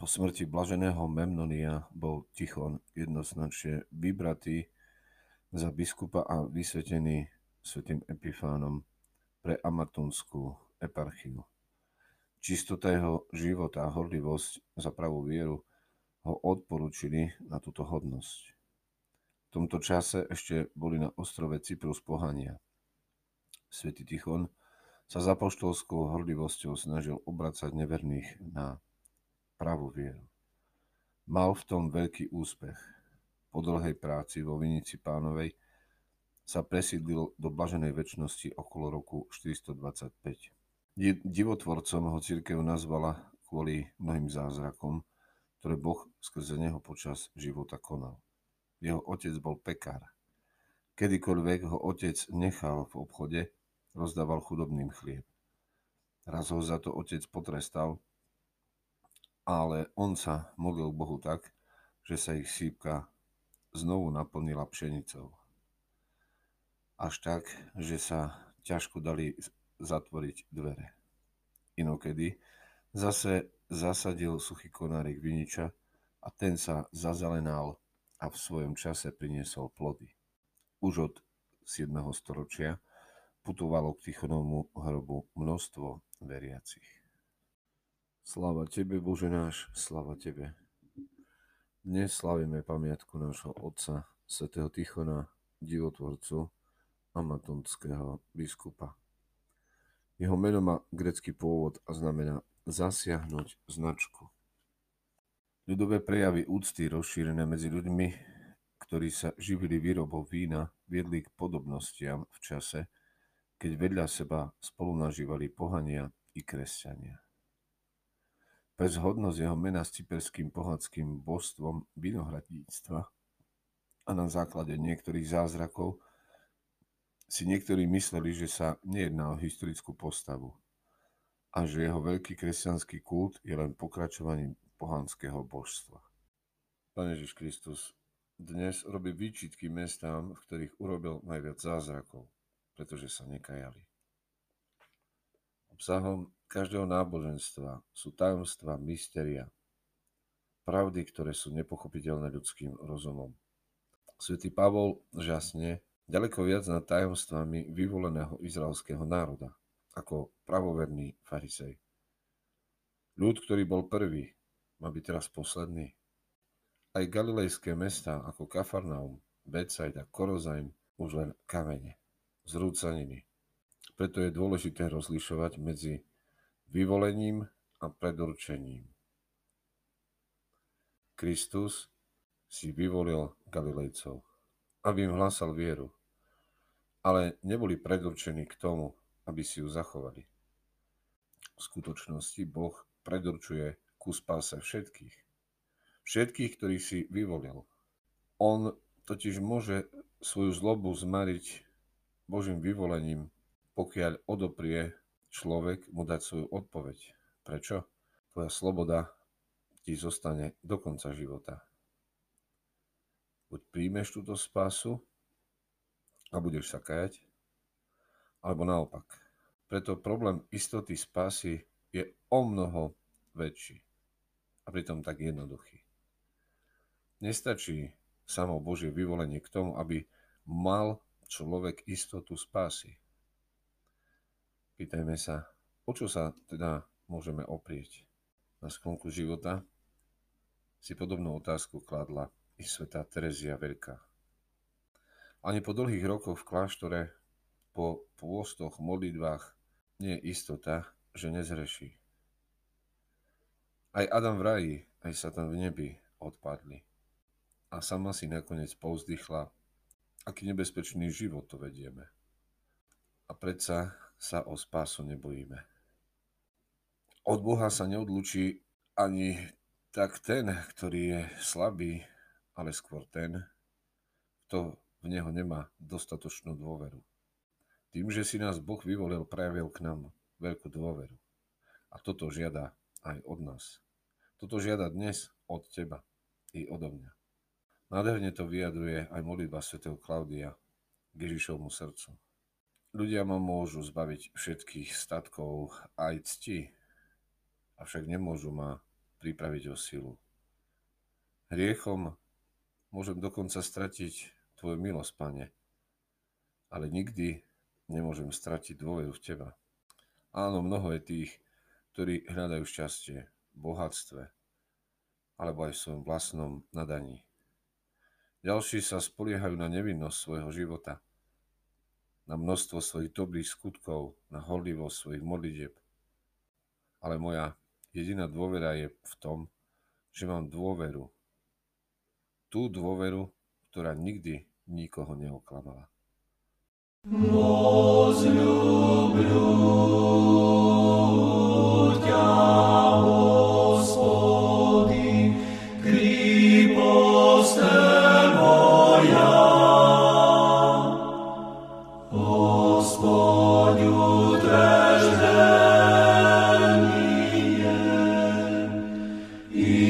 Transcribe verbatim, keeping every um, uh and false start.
smrti blaženého Memnonia bol Tichon jednoznačne vybratý za biskupa a vysvetený svätým Epifánom pre Amatunskú eparchiu. Čistota jeho života a horlivosť za pravú vieru ho odporúčili na túto hodnosť. V tomto čase ešte boli na ostrove Cyprus pohania. Svätý Tichon sa za apoštolskou horlivosťou snažil obracať neverných na pravú vieru. Mal v tom veľký úspech. Po dlhej práci vo Vinici Pánovej sa presídlil do blaženej večnosti okolo roku štyristodvadsaťpäť. Divotvorcom ho cirkev nazvala kvôli mnohým zázrakom, ktoré Boh skrze neho počas života konal. Jeho otec bol pekár. Kedykoľvek ho otec nechal v obchode, rozdával chudobným chlieb. Raz ho za to otec potrestal, ale on sa modlil Bohu tak, že sa ich sípka znovu naplnila pšenicou. Až tak, že sa ťažko dali zatvoriť dvere. Inokedy zase zasadil suchý konárik viniča a ten sa zazelenal a v svojom čase priniesol plody. Už od siedmeho storočia putovalo k Tichonovmu hrobu množstvo veriacich. Sláva Tebe, Bože náš, sláva Tebe. Dnes slavíme pamiatku nášho otca, svätého Tichona, divotvorcu a matonského biskupa. Jeho meno má grécky pôvod a znamená zasiahnuť značku. Ľudové prejavy úcty rozšírené medzi ľuďmi, ktorí sa živili výrobou vína, viedli k podobnostiam v čase, keď vedľa seba spolu nažívali pohania i kresťania. Pre zhodnosť jeho mena s cyperským pohanským božstvom vinohradníctva a na základe niektorých zázrakov si niektorí mysleli, že sa nejedná o historickú postavu a že jeho veľký kresťanský kult je len pokračovaním pohanského božstva. Pán Ježiš Kristus dnes robí výčitky mestám, v ktorých urobil najviac zázrakov, pretože sa nekajali. Obsahom každého náboženstva sú tajomstvá mystéria, pravdy, ktoré sú nepochopiteľné ľudským rozumom. Svätý Pavol žasne ďaleko viac nad tajomstvami vyvoleného izraelského národa, ako pravoverný farizej. Ľud, ktorý bol prvý, má byť teraz posledný. Aj galilejské mestá ako Kafarnaum, Betsaida, Korozaim už len kamene, zrúcaniny. Preto je dôležité rozlišovať medzi vyvolením a predurčením. Kristus si vyvolil Galilejcov, aby im hlásal vieru, ale neboli predurčení k tomu, aby si ju zachovali. V skutočnosti Boh predurčuje ku spáse všetkých. Všetkých, ktorých si vyvolil. On totiž môže svoju zlobu zmariť Božím vyvolením, pokiaľ odoprie človek mu dať svoju odpoveď. Prečo? Tvoja sloboda ti zostane do konca života. Buď príjmeš túto spásu a budeš sa kajať, alebo naopak. Preto problém istoty spásy je o mnoho väčší a pritom tak jednoduchý. Nestačí samo Božie vyvolenie k tomu, aby mal človek istotu spásy. Pýtajme sa, o čo sa teda môžeme oprieť. Na sklonku života si podobnú otázku kladla i svätá Terezia Veľká. Ani po dlhých rokoch v kláštore, po pôstoch, modlitbách, nie je istota, že nezhreší. Aj Adam v raji, aj Satan v nebi odpadli. A sama si nakoniec povzdychla, aký nebezpečný život to vedieme. A predsa sa o spásu nebojíme. Od Boha sa neodlučí ani tak ten, ktorý je slabý, ale skôr ten, kto v neho nemá dostatočnú dôveru. Tým, že si nás Boh vyvolil, prejavil k nám veľkú dôveru. A toto žiada aj od nás. Toto žiada dnes od teba i odo mňa. Nádherne to vyjadruje aj modlitba svätého Klaudia k Ježišovmu srdcu. Ľudia ma môžu zbaviť všetkých statkov aj cti, avšak nemôžu ma pripraviť o silu. Hriechom môžem dokonca stratiť tvoju milosť, Pane, ale nikdy nemôžem stratiť dôveru v teba. Áno, mnoho je tých, ktorí hľadajú šťastie v bohatstve alebo aj v svojom vlastnom nadaní. Ďalší sa spoliehajú na nevinnosť svojho života, na množstvo svojich dobrých skutkov, na horlivosť svojich modlitieb. Ale moja jediná dôvera je v tom, že mám dôveru. Tú dôveru, ktorá nikdy nikoho neoklamala. Возлюблю Тя, Господи, крепость моя. Господь утверждение и